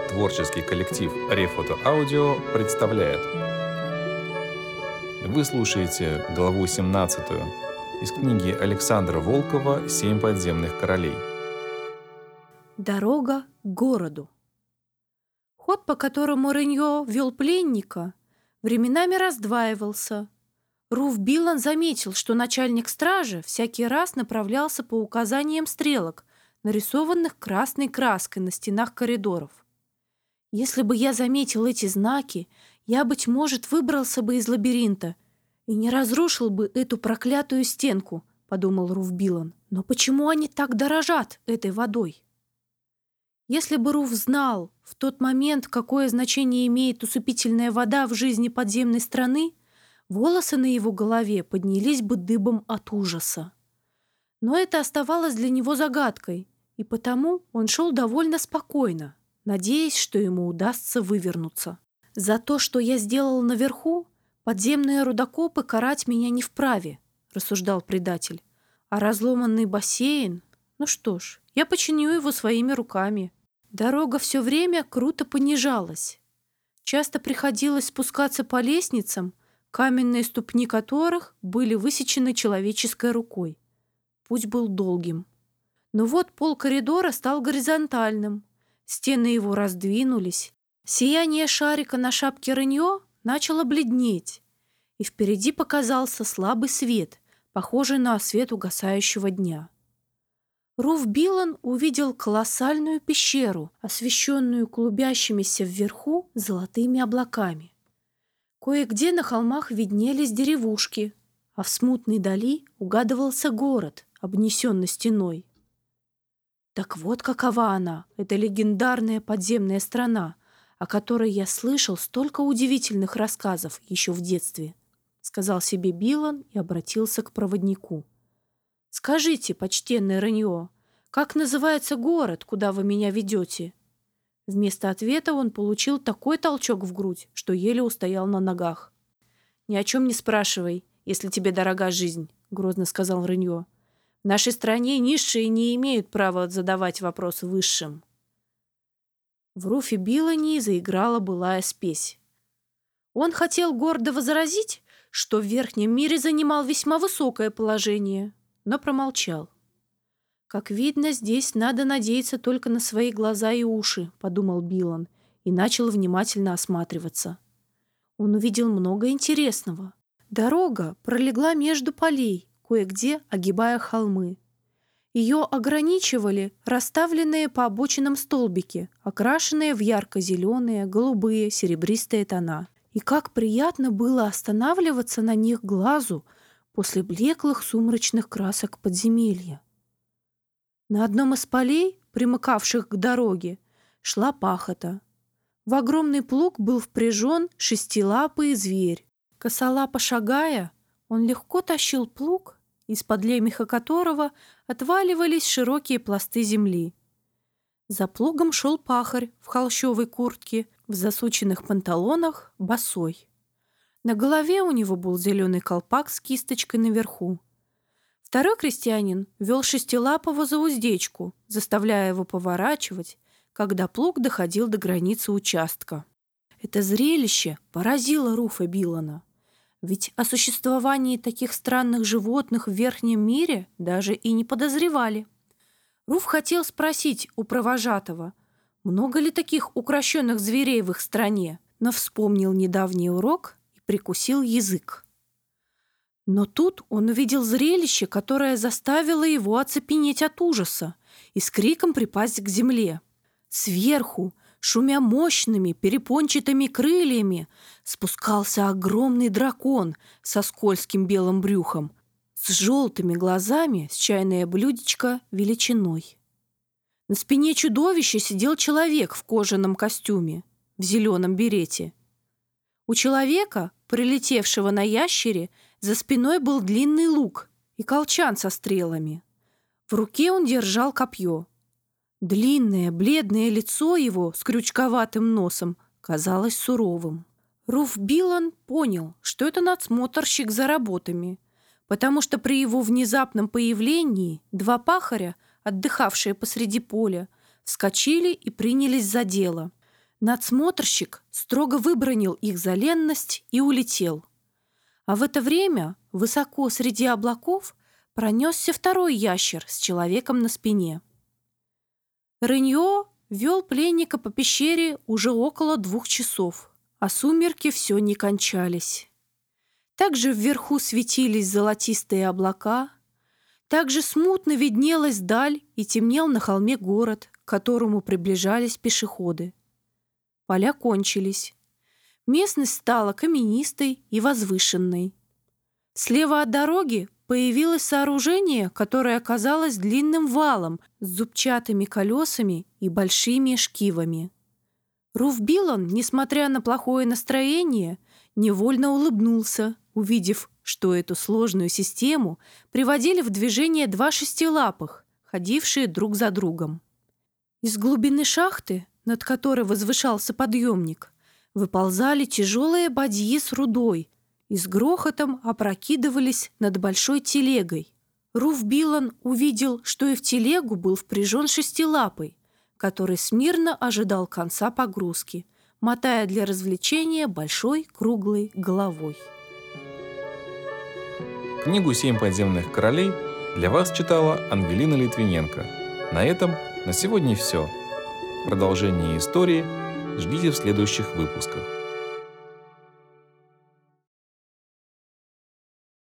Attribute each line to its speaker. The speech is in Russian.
Speaker 1: Творческий коллектив Рефото Аудио представляет. Вы слушаете главу 17 из книги Александра Волкова «Семь подземных королей».
Speaker 2: Дорога к городу. Ход, по которому Реньо вел пленника, временами раздваивался. Руф Билан заметил, что начальник стражи всякий раз направлялся по указаниям стрелок, нарисованных красной краской на стенах коридоров. Если бы я заметил эти знаки, я, быть может, выбрался бы из лабиринта и не разрушил бы эту проклятую стенку, подумал Руф Билан. Но почему они так дорожат этой водой? Если бы Руф знал в тот момент, какое значение имеет усыпительная вода в жизни подземной страны, волосы на его голове поднялись бы дыбом от ужаса. Но это оставалось для него загадкой, и потому он шел довольно спокойно, надеясь, что ему удастся вывернуться. За то, что я сделал наверху, подземные рудокопы карать меня не вправе, рассуждал предатель. А разломанный бассейн? Ну что ж, я починю его своими руками. Дорога все время круто понижалась. Часто приходилось спускаться по лестницам, каменные ступни которых были высечены человеческой рукой. Путь был долгим. Но вот пол коридора стал горизонтальным. Стены его раздвинулись. Сияние шарика на шапке Реньо начало бледнеть. И впереди показался слабый свет, похожий на свет угасающего дня. Руф Билан увидел колоссальную пещеру, освещенную клубящимися вверху золотыми облаками. Кое-где на холмах виднелись деревушки, а в смутной дали угадывался город, обнесенный стеной. Так вот какова она, эта легендарная подземная страна, о которой я слышал столько удивительных рассказов еще в детстве, сказал себе Билан и обратился к проводнику. «Скажите, почтенный Реньо, как называется город, куда вы меня ведете?» Вместо ответа он получил такой толчок в грудь, что еле устоял на ногах. «Ни о чем не спрашивай, если тебе дорога жизнь», — грозно сказал Реньо. «В нашей стране низшие не имеют права задавать вопросы высшим». В Руфе Билане заиграла былая спесь. Он хотел гордо возразить, что в верхнем мире занимал весьма высокое положение, но промолчал. «Как видно, здесь надо надеяться только на свои глаза и уши», — подумал Билан и начал внимательно осматриваться. Он увидел много интересного. Дорога пролегла между полей, кое-где огибая холмы. Ее ограничивали расставленные по обочинам столбики, окрашенные в ярко-зеленые, голубые, серебристые тона. И как приятно было останавливаться на них глазу после блеклых сумрачных красок подземелья. На одном из полей, примыкавших к дороге, шла пахота. В огромный плуг был впряжен шестилапый зверь. Косолапо шагая, он легко тащил плуг, из-под лемеха которого отваливались широкие пласты земли. За плугом шел пахарь в холщовой куртке, в засученных панталонах, босой. На голове у него был зеленый колпак с кисточкой наверху. Второй крестьянин вел шестилапого за уздечку, заставляя его поворачивать, когда плуг доходил до границы участка. Это зрелище поразило Руфа Билана. Ведь о существовании таких странных животных в верхнем мире даже и не подозревали. Руф хотел спросить у провожатого, много ли таких укрощенных зверей в их стране, но вспомнил недавний урок и прикусил язык. Но тут он увидел зрелище, которое заставило его оцепенеть от ужаса и с криком припасть к земле. Сверху, шумя мощными перепончатыми крыльями, спускался огромный дракон со скользким белым брюхом, с желтыми глазами, с чайное блюдечко величиной. На спине чудовища сидел человек в кожаном костюме, в зеленом берете. У человека, прилетевшего на ящере, за спиной был длинный лук и колчан со стрелами. В руке он держал копье. Длинное, бледное лицо его с крючковатым носом казалось суровым. Руф Билан понял, что это надсмотрщик за работами, потому что при его внезапном появлении два пахаря, отдыхавшие посреди поля, вскочили и принялись за дело. Надсмотрщик строго выбранил их за ленность и улетел. А в это время высоко среди облаков пронесся второй ящер с человеком на спине. Реньо вел пленника по пещере уже около 2 часов, а сумерки все не кончались. Также вверху светились золотистые облака, также смутно виднелась даль и темнел на холме город, к которому приближались пешеходы. Поля кончились. Местность стала каменистой и возвышенной. Слева от дороги появилось сооружение, которое оказалось длинным валом с зубчатыми колесами и большими шкивами. Руф Билан, несмотря на плохое настроение, невольно улыбнулся, увидев, что эту сложную систему приводили в движение 2 шестилапых, ходившие друг за другом. Из глубины шахты, над которой возвышался подъемник, выползали тяжелые бадьи с рудой и с грохотом опрокидывались над большой телегой. Руф Билан увидел, что и в телегу был впряжен шестилапый, который смирно ожидал конца погрузки, мотая для развлечения большой круглой головой.
Speaker 1: Книгу «7 подземных королей» для вас читала Ангелина Литвиненко. На этом на сегодня все. Продолжение истории ждите в следующих выпусках.